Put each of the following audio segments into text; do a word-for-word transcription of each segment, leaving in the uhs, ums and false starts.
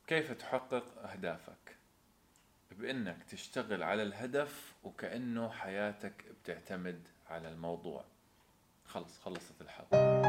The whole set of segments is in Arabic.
كيف تحقق أهدافك؟ بإنك تشتغل على الهدف وكأنه حياتك بتعتمد على الموضوع. خلص خلصت الحلقة.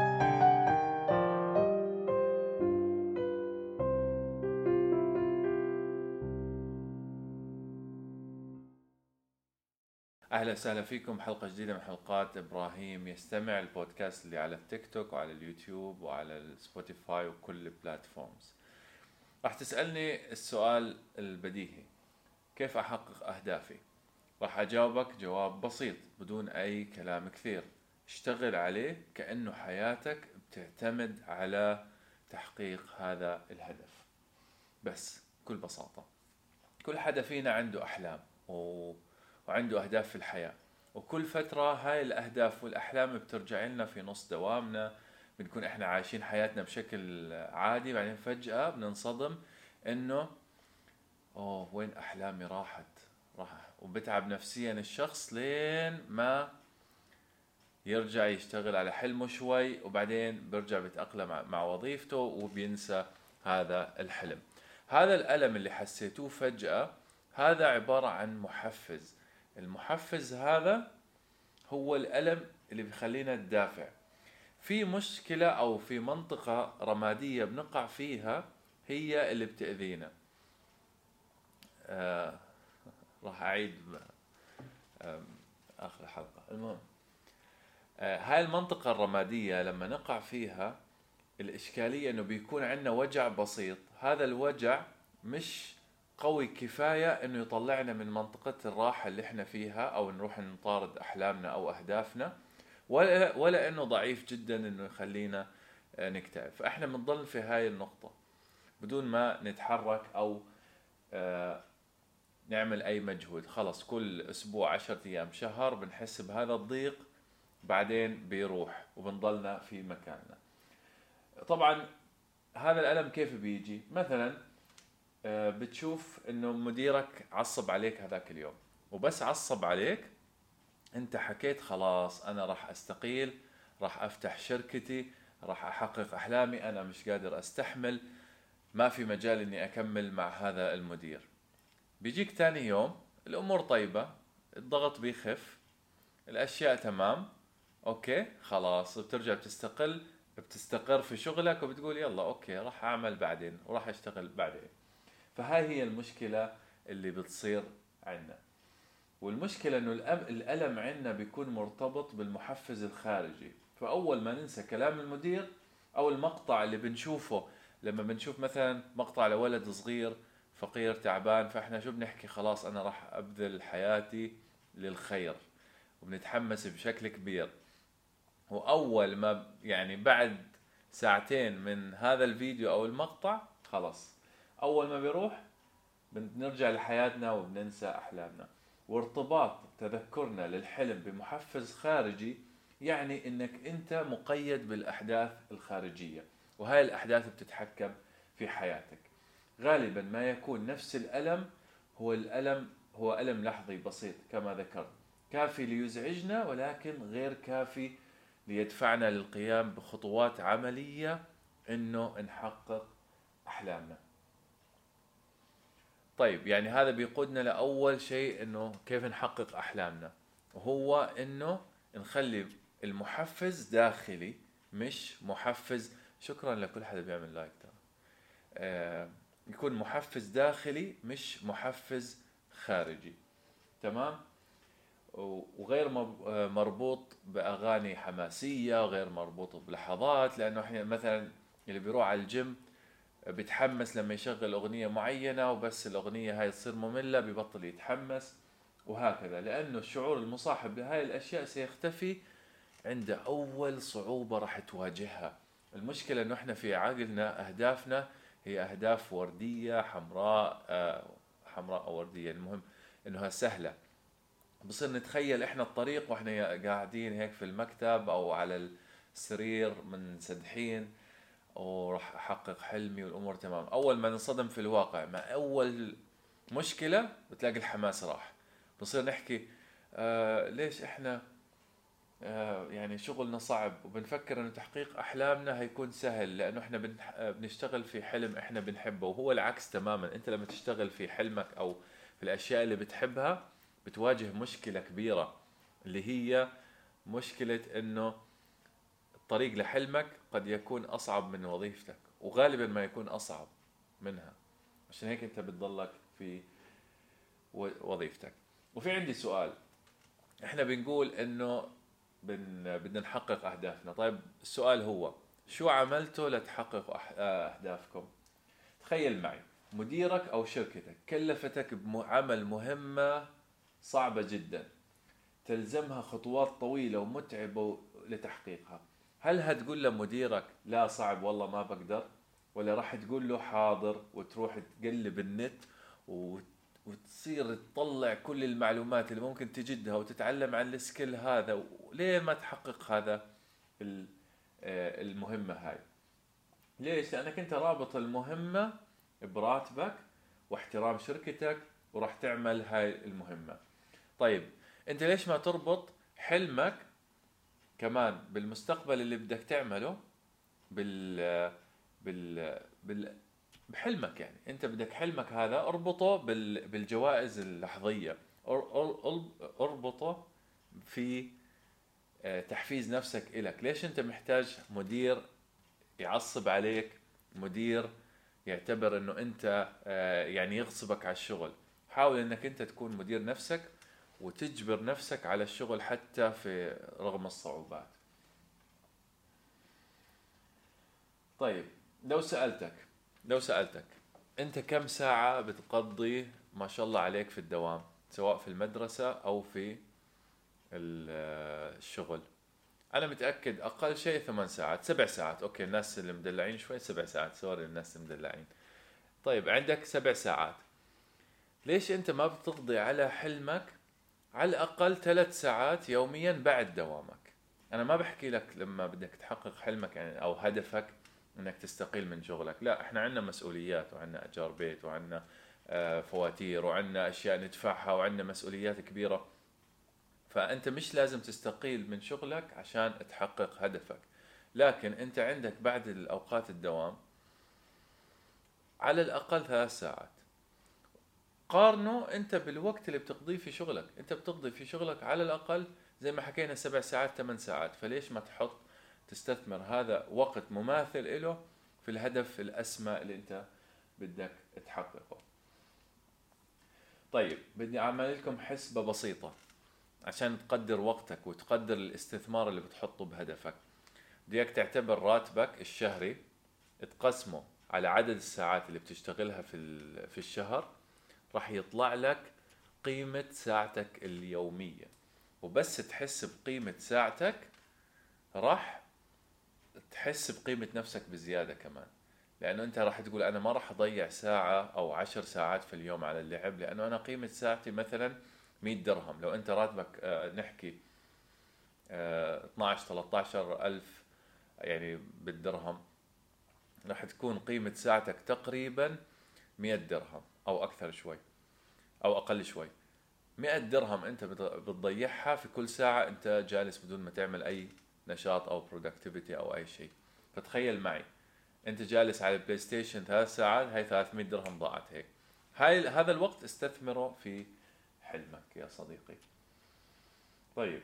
أهلا وسهلا فيكم حلقة جديدة من حلقات إبراهيم يستمع، البودكاست اللي على التيك توك وعلى اليوتيوب وعلى السبوتيفاي وكل البلاتفورمز. راح تسألني السؤال البديهي: كيف أحقق أهدافي؟ راح أجاوبك جواب بسيط بدون أي كلام كثير. اشتغل عليه كأنه حياتك بتعتمد على تحقيق هذا الهدف. بس بكل بساطة، كل حدا فينا عنده أحلام و... وعنده أهداف في الحياة، وكل فترة هاي الأهداف والأحلام بترجع لنا في نص دوامنا. بنكون إحنا عايشين حياتنا بشكل عادي، بعدين فجأة بننصدم إنه أوه وين أحلامي راحت راح وبتعب نفسيا الشخص لين ما يرجع يشتغل على حلمه شوي، وبعدين بيرجع بيتأقلم مع وظيفته وبينسى هذا الحلم. هذا الألم اللي حسيتوه فجأة هذا عبارة عن محفز. المحفز هذا هو الألم اللي بيخلينا ندافع. في مشكلة أو في منطقة رمادية بنقع فيها هي اللي بتأذينا. آه راح أعيد آه آخر الحلقة. المهم، آه هاي المنطقة الرمادية لما نقع فيها الإشكالية إنه بيكون عندنا وجع بسيط. هذا الوجع مش قوي كفاية إنه يطلعنا من منطقة الراحة اللي إحنا فيها أو نروح نطارد أحلامنا أو أهدافنا، ولا ولا إنه ضعيف جدا إنه يخلينا نكتئب. فإحنا بنضل في هاي النقطة بدون ما نتحرك أو آه نعمل أي مجهود. خلص كل أسبوع عشرة أيام شهر بنحس بهذا الضيق، بعدين بيروح وبنضلنا في مكاننا. طبعا هذا الألم كيف بيجي؟ مثلا بتشوف انه مديرك عصب عليك هذاك اليوم، وبس عصب عليك انت حكيت خلاص انا راح استقيل، راح افتح شركتي، راح احقق احلامي، انا مش قادر استحمل، ما في مجال اني اكمل مع هذا المدير. بيجيك تاني يوم الامور طيبة، الضغط بيخف، الاشياء تمام، اوكي خلاص بترجع بتستقل بتستقر في شغلك وبتقول يلا اوكي راح اعمل بعدين وراح اشتغل بعدين. فهاي هي المشكلة اللي بتصير عنا. والمشكلة انه الألم عنا بيكون مرتبط بالمحفز الخارجي. فأول ما ننسى كلام المدير أو المقطع اللي بنشوفه، لما بنشوف مثلا مقطع لولد صغير فقير تعبان، فإحنا شو بنحكي؟ خلاص أنا راح أبذل حياتي للخير، وبنتحمس بشكل كبير. وأول ما يعني بعد ساعتين من هذا الفيديو أو المقطع خلاص أول ما بيروح بنرجع لحياتنا وبننسى أحلامنا. وارتباط تذكرنا للحلم بمحفز خارجي يعني انك انت مقيد بالاحداث الخارجية، وهاي الاحداث بتتحكم في حياتك. غالبا ما يكون نفس الألم هو الألم هو ألم لحظي بسيط كما ذكرت، كافي ليزعجنا ولكن غير كافي ليدفعنا للقيام بخطوات عملية انه نحقق احلامنا. طيب يعني هذا بيقودنا لأول شيء إنه كيف نحقق أحلامنا، وهو إنه نخلي المحفز داخلي مش محفز. شكرا لكل حدا بيعمل لايك ترى. آه يكون محفز داخلي مش محفز خارجي. تمام. وغير مربوط بأغاني حماسية، وغير مربوط بلحظات، لأنه إحنا مثلا اللي بيروح على الجيم بيتحمس لما يشغل أغنية معينة، وبس الأغنية هاي تصير مملة بيبطل يتحمس، وهكذا. لأنه الشعور المصاحب بهاي الأشياء سيختفي عند أول صعوبة راح تواجهها. المشكلة أنه إحنا في عقلنا أهدافنا هي أهداف وردية حمراء آه حمراء أو وردية، المهم أنها سهلة. بصير نتخيل إحنا الطريق وإحنا قاعدين هيك في المكتب أو على السرير منسدحين، وراح احقق حلمي والامور تمام. اول ما ننصدم في الواقع مع اول مشكلة بتلاقي الحماس راح. بصير نحكي آه ليش احنا آه، يعني شغلنا صعب وبنفكر انه تحقيق احلامنا هيكون سهل لانه احنا بنح- آه، بنشتغل في حلم احنا بنحبه، وهو العكس تماما. انت لما تشتغل في حلمك او في الاشياء اللي بتحبها بتواجه مشكلة كبيرة، اللي هي مشكلة انه الطريق لحلمك قد يكون اصعب من وظيفتك، وغالبا ما يكون اصعب منها. عشان هيك انت بتضلك في و- وظيفتك. وفي عندي سؤال. احنا بنقول انه بن بدنا نحقق اهدافنا. طيب السؤال هو شو عملتوا لتحققوا أح- اهدافكم؟ تخيل معي مديرك او شركتك كلفتك بعمل مهمة صعبة جدا، تلزمها خطوات طويلة ومتعبة لتحقيقها. هل هتقول لمديرك لا صعب والله ما بقدر، ولا راح تقول له حاضر وتروح تقلب النت وت- وتصير تطلع كل المعلومات اللي ممكن تجدها وتتعلم عن السكيل هذا وليه ما تحقق هذا ال- آه، المهمة هاي؟ ليش؟ لأنك أنت رابط المهمة براتبك واحترام شركتك وراح تعمل هاي المهمة. طيب أنت ليش ما تربط حلمك كمان بالمستقبل اللي بدك تعمله بال بال بال بحلمك؟ يعني انت بدك حلمك هذا اربطه بال بالجوائز اللحظيه، أر- أر- أر- اربطه في آه، تحفيز نفسك إلك. ليش انت محتاج مدير يعصب عليك، مدير يعتبر انه انت آه، يعني يغصبك على الشغل؟ حاول انك انت تكون مدير نفسك وتجبر نفسك على الشغل حتى في رغم الصعوبات. طيب لو سألتك لو سألتك أنت كم ساعة بتقضي ما شاء الله عليك في الدوام، سواء في المدرسة أو في ال- الشغل؟ أنا متأكد أقل شيء ثمان ساعات، سبع ساعات. أوكي الناس اللي مدلعين شوي سبع ساعات، سوري الناس المدلعين. طيب عندك سبع ساعات، ليش أنت ما بتقضي على حلمك على الأقل ثلاث ساعات يوميا بعد دوامك؟ أنا ما بحكي لك لما بدك تحقق حلمك يعني أو هدفك إنك تستقيل من شغلك، لا، إحنا عندنا مسؤوليات وعندنا أجار بيت وعندنا آه، فواتير وعندنا أشياء ندفعها وعندنا مسؤوليات كبيرة. فأنت مش لازم تستقيل من شغلك عشان تحقق هدفك، لكن أنت عندك بعد الأوقات الدوام على الأقل ثلاث ساعات. قارنه انت بالوقت اللي بتقضيه في شغلك. انت بتقضي في شغلك على الاقل زي ما حكينا سبع ساعات ثمان ساعات، فليش ما تحط تستثمر هذا وقت مماثل له في الهدف الاسمى اللي انت بدك تحققه؟ طيب بدي اعمل لكم حسبة بسيطة عشان تقدر وقتك وتقدر الاستثمار اللي بتحطه بهدفك. بدي اياك تعتبر راتبك الشهري تقسمه على عدد الساعات اللي بتشتغلها في ال- في الشهر، راح يطلع لك قيمة ساعتك اليومية. وبس تحس بقيمة ساعتك راح تحس بقيمة نفسك بزيادة كمان، لأنه أنت راح تقول أنا ما راح أضيع ساعة أو عشر ساعات في اليوم على اللعب، لأنه أنا قيمة ساعتي مثلا مية درهم. لو أنت راتبك آه، نحكي آه، اثناشر ثلاثة عشر ألف يعني بالدرهم، راح تكون قيمة ساعتك تقريبا مية درهم أو أكثر شوي أو أقل شوي. مئة درهم انت بت- بتضيعها في كل ساعة انت جالس بدون ما تعمل اي نشاط او productivity او اي شيء. فتخيل معي انت جالس على البلاي ستيشن ثلاث ساعات، هاي ثلاثمية درهم ضاعت هيك. هاي هذا الوقت استثمره في حلمك يا صديقي. طيب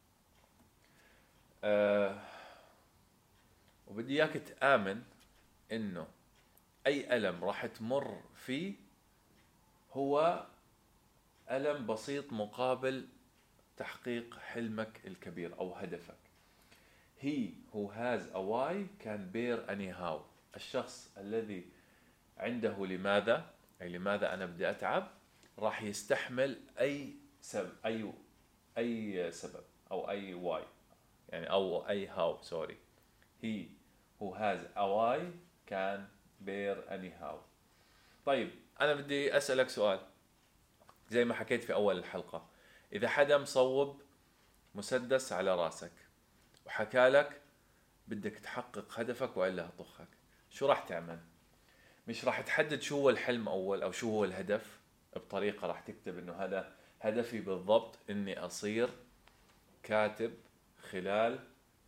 آه وبدي اياك تآمن انه اي ألم راح تمر فيه هو ألم بسيط مقابل تحقيق حلمك الكبير او هدفك. He who has a why can bear any how. الشخص الذي عنده لماذا، أي لماذا أنا بدي أتعب، راح يستحمل أي سبب، أي أي سبب أو أي why، يعني أو أي how sorry. He who has a why can bear any how. طيب أنا بدي أسألك سؤال زي ما حكيت في أول الحلقة. إذا حدا مصوب مسدس على راسك وحكى لك بدك تحقق هدفك والا هطخك، شو راح تعمل؟ مش راح تحدد شو هو الحلم اول او شو هو الهدف بطريقه راح تكتب انه هذا هدفي بالضبط اني اصير كاتب خلال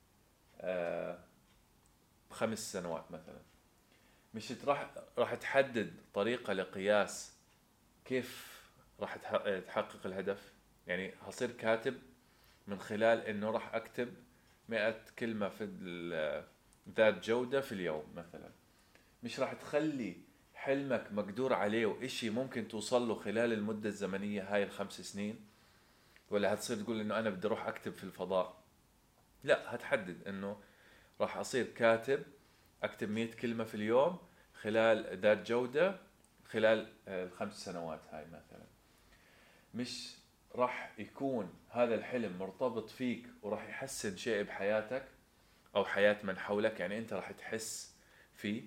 آه خمس سنوات مثلا. مش راح راح تحدد طريقة لقياس كيف راح تحقق الهدف. يعني هصير كاتب من خلال انه راح اكتب مئة كلمة في ذات جودة في اليوم مثلا. مش راح تخلي حلمك مقدور عليه وإشي ممكن توصل له خلال المدة الزمنية هاي الخمس سنين. ولا هتصير تقول انه انا بدي اروح اكتب في الفضاء. لا، هتحدد انه راح اصير كاتب اكتب مئة كلمة في اليوم خلال ذات جودة خلال الخمس سنوات هاي مثلا. مش راح يكون هذا الحلم مرتبط فيك وراح يحسن شيء بحياتك او حياة من حولك، يعني انت راح تحس فيه.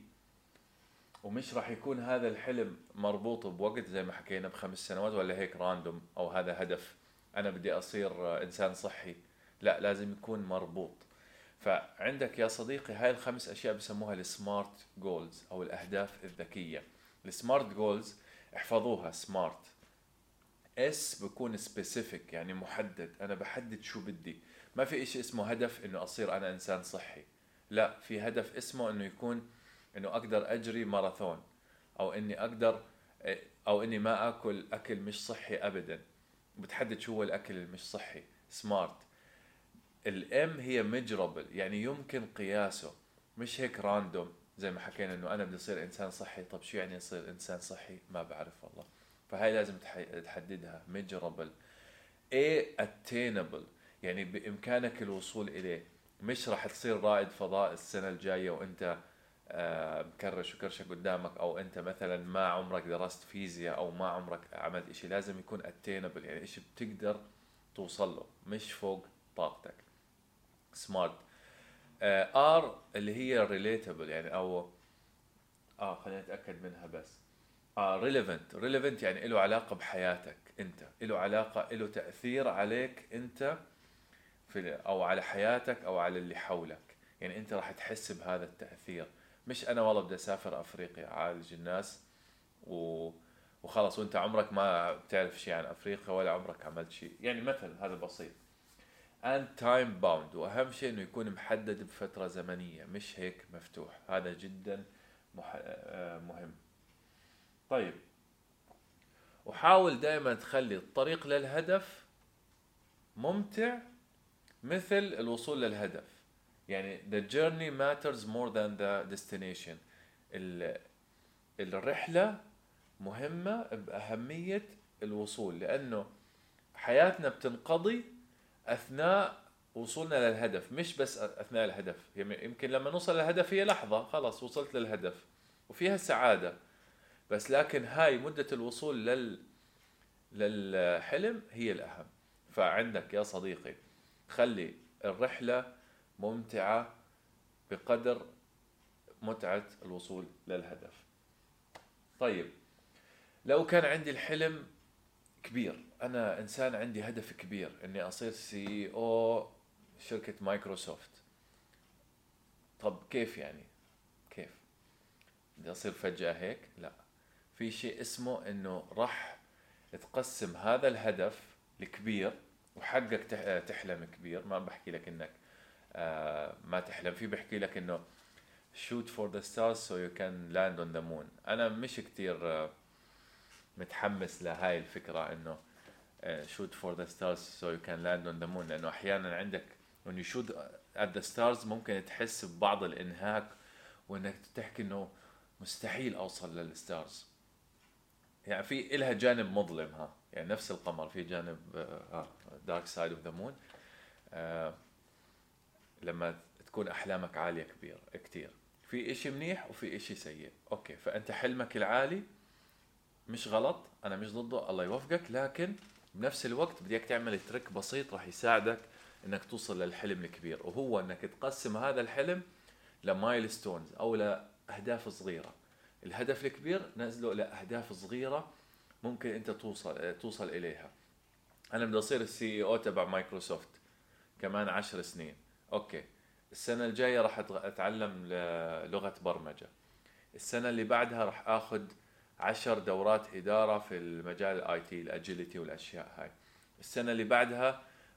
ومش راح يكون هذا الحلم مربوط بوقت زي ما حكينا بخمس سنوات ولا هيك راندوم، او هذا هدف انا بدي اصير انسان صحي. لا، لازم يكون مربوط. فعندك يا صديقي هاي الخمس اشياء بسموها السمارت جولز او الاهداف الذكية. السمارت جولز احفظوها. سمارت اس بكون سبيسيفيك، يعني محدد، انا بحدد شو بدي. ما في اشي اسمه هدف انه اصير انا انسان صحي. لا، في هدف اسمه انه يكون انه اقدر اجري ماراثون، او اني اقدر، او اني ما اكل اكل مش صحي ابدا. بتحدد شو هو الاكل المش صحي. سمارت. الام هي ميجرابل، يعني يمكن قياسه، مش هيك راندوم زي ما حكينا انه انا بدي اصير انسان صحي. طب شو يعني اصير انسان صحي؟ ما بعرف والله. فهاي لازم تحددها. measurable. A attainable، يعني بإمكانك الوصول إليه. مش راح تصير رائد فضاء السنة الجاية وانت آه، مكرش وكرشة قدامك، او انت مثلا ما عمرك درست فيزياء او ما عمرك عملت اشي. لازم يكون attainable، يعني اشي بتقدر توصل له، مش فوق طاقتك. smart. آه R اللي هي relatable، يعني او اه خلينا نتأكد منها بس. اه relevant. relevant يعني له علاقة بحياتك انت، له علاقة، له تأثير عليك انت في، او على حياتك او على اللي حولك. يعني انت راح تحس بهذا التأثير. مش انا والله بدي اسافر افريقيا اعالج الناس و... وخلص، وانت عمرك ما بتعرف شيء عن افريقيا ولا عمرك عملت شيء. يعني مثل هذا بسيط. and time bound، واهم شيء انه يكون محدد بفترة زمنية، مش هيك مفتوح. هذا جدا مح... آه، مهم. طيب، وحاول دائما تخلي الطريق للهدف ممتع مثل الوصول للهدف. يعني the journey matters more than the destination. ال- الرحلة مهمة بأهمية الوصول، لأنه حياتنا بتنقضي أثناء وصولنا للهدف، مش بس أثناء الهدف. يعني يمكن لما نوصل للهدف هي لحظة خلاص وصلت للهدف وفيها سعادة، بس لكن هاي مدة الوصول لل للحلم هي الأهم. فعندك يا صديقي خلي الرحلة ممتعة بقدر متعة الوصول للهدف. طيب، لو كان عندي الحلم كبير، أنا إنسان عندي هدف كبير إني أصير سي أو شركة مايكروسوفت. طب كيف يعني؟ كيف بدي أصير فجأة هيك؟ لا، في شيء اسمه إنه راح تقسم هذا الهدف الكبير وحقك تحلم كبير. ما بحكي لك إنك آه ما تحلم فيه، بحكي لك إنه shoot for the stars so you can land on the moon. أنا مش كتير آه متحمس لهاي الفكرة إنه آه shoot for the stars so you can land on the moon، لأنه أحيانا عندك when you shoot at the stars ممكن تحس ببعض الإنهاك، وإنك تحكي إنه مستحيل أوصل للستارز. يعني في إلها جانب مظلم، ها، يعني نفس القمر في جانب آه dark side of the moon. آه لما تكون أحلامك عالية كبير كتير، في إشي منيح وفي إشي سيء. أوكي، فأنت حلمك العالي مش غلط، أنا مش ضده، الله يوفقك، لكن بنفس الوقت بديك تعمل تريك بسيط راح يساعدك إنك توصل للحلم الكبير، وهو إنك تقسم هذا الحلم لمايلستونز أو لأهداف صغيرة. الهدف الكبير نزله لأهداف صغيرة ممكن أنت توصل توصل إليها. أنا بدي أصير السي او تبع مايكروسوفت كمان عشر سنين. أوكي، السنة الجاية راح أتعلم لغة برمجة. السنة اللي بعدها راح أخذ عشر دورات إدارة في المجال الاي تي، الاجيليتي والأشياء هاي. السنة اللي بعدها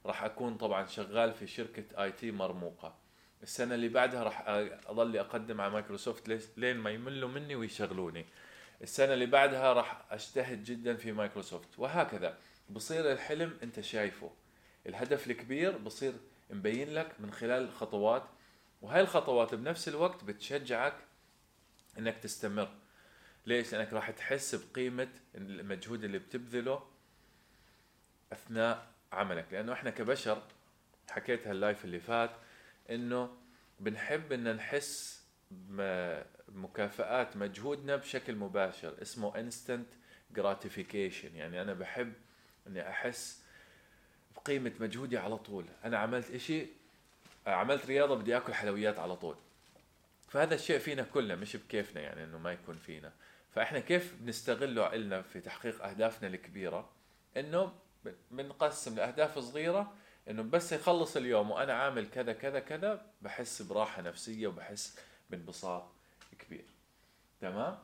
راح أكون طبعا شغال في شركة آي تي مرموقة. السنة اللي بعدها راح أظل أقدم على مايكروسوفت لين ما يملوا مني ويشغلوني. السنة اللي بعدها راح أجتهد جدا في مايكروسوفت، وهكذا. بصير الحلم أنت شايفه، الهدف الكبير بصير مبين لك من خلال الخطوات، وهاي الخطوات بنفس الوقت بتشجعك انك تستمر. ليش؟ لانك راح تحس بقيمة المجهود اللي بتبذله اثناء عملك. لانه احنا كبشر، حكيتها اللايف اللي فات، انه بنحب ان نحس بمكافآت مجهودنا بشكل مباشر، اسمه instant gratification. يعني انا بحب اني احس بقيمة مجهودي على طول. انا عملت اشي، عملت رياضة، بدي اكل حلويات على طول. فهذا الشيء فينا كلنا، مش بكيفنا يعني انه ما يكون فينا. فاحنا كيف بنستغله علنا في تحقيق اهدافنا الكبيرة؟ انه بنقسم لاهداف صغيرة، انه بس يخلص اليوم وانا عامل كذا كذا كذا، بحس براحة نفسية وبحس بانبساط كبير. تمام؟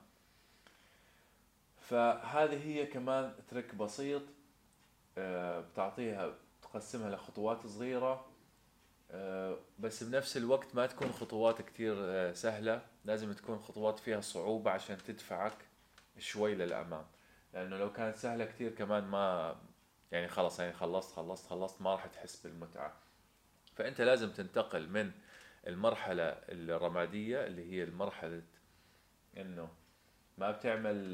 فهذه هي كمان ترك بسيط، بتعطيها، تقسمها لخطوات صغيرة، بس بنفس الوقت ما تكون خطوات كتير سهلة، لازم تكون خطوات فيها صعوبة عشان تدفعك شوي للأمام. لأنه لو كانت سهلة كتير كمان ما يعني خلص، يعني خلصت خلصت خلصت ما راح تحس بالمتعة. فأنت لازم تنتقل من المرحلة الرمادية اللي هي المرحلة إنه ما بتعمل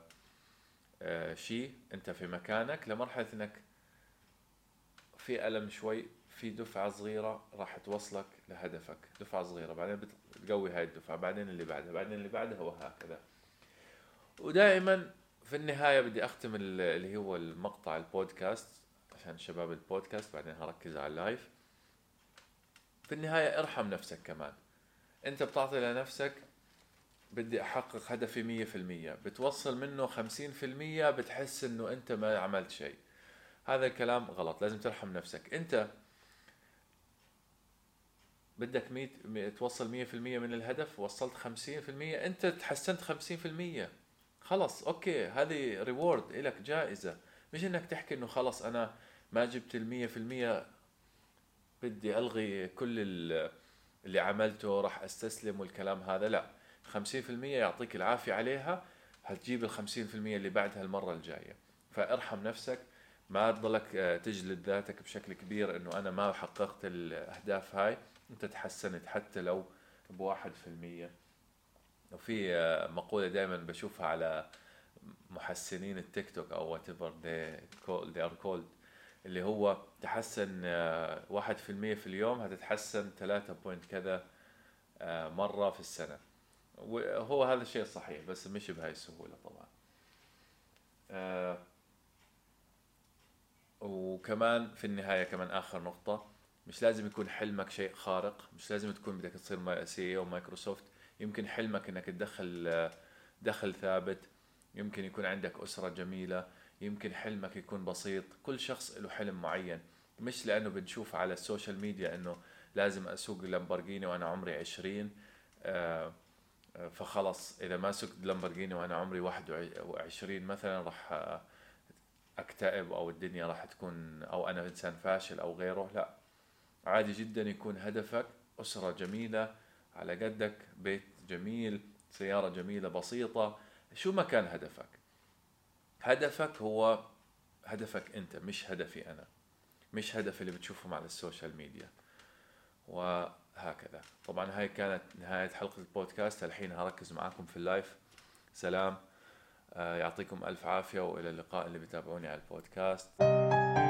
شيء أنت في مكانك، لمرحلة إنك في ألم شوي، في دفعة صغيرة راح توصلك لهدفك، دفعة صغيرة، بعدين بتقوي هاي الدفعة، بعدين اللي بعدها، بعدين اللي بعدها، وهكذا. ودائما في النهاية بدي أختم اللي هو المقطع البودكاست عشان شباب البودكاست، بعدين هركز على اللايف. في النهاية ارحم نفسك كمان. أنت بتعطي لنفسك بدي أحقق هدفي مية في المية، بتوصل منه خمسين في المية بتحس إنه أنت ما عملت شيء. هذا الكلام غلط، لازم ترحم نفسك. أنت بدك مية توصل مية في المية من الهدف، وصلت خمسين في المية، انت تحسنت خمسين في المية، خلص اوكي، هذه ريورد إلك، جائزة. مش انك تحكي انه خلص انا ما جبت المية في المية بدي الغي كل اللي عملته، راح استسلم والكلام هذا. لا، خمسين في المية يعطيك العافية عليها، هتجيب الخمسين في المية اللي بعدها المرة الجاية. فارحم نفسك، ما تضلك تجلد ذاتك بشكل كبير انه انا ما حققت الاهداف هاي. انت تحسنت حتى لو بواحد في المية. وفي مقولة دائما بشوفها على محسنين التيك توك او whatever they, call, they are called، اللي هو تحسن واحد في المية في اليوم، هتتحسن ثلاثة بوينت كذا مرة في السنة. وهو هذا الشيء صحيح، بس مش بهاي السهولة طبعا. وكمان في النهاية كمان آخر نقطة، مش لازم يكون حلمك شيء خارق، مش لازم تكون بدك تصير سي او مايكروسوفت. يمكن حلمك انك تدخل دخل ثابت، يمكن يكون عندك أسرة جميلة، يمكن حلمك يكون بسيط. كل شخص له حلم معين. مش لأنه بنشوف على السوشيال ميديا انه لازم اسوق لامبورغيني وانا عمري عشرين، فخلص اذا ما سوقت لامبورغيني وانا عمري واحد وعشرين مثلا راح اكتئب او الدنيا راح تكون، او انا انسان فاشل او غيره. لا، عادي جدا يكون هدفك اسرة جميلة على قدك، بيت جميل، سيارة جميلة بسيطة. شو ما كان هدفك، هدفك هو هدفك انت، مش هدفي انا، مش هدف اللي بتشوفهم على السوشيال ميديا. وهكذا. طبعا هاي كانت نهاية حلقة البودكاست. الحين هركز معاكم في اللايف. سلام، يعطيكم ألف عافية، وإلى اللقاء اللي بتابعوني على البودكاست.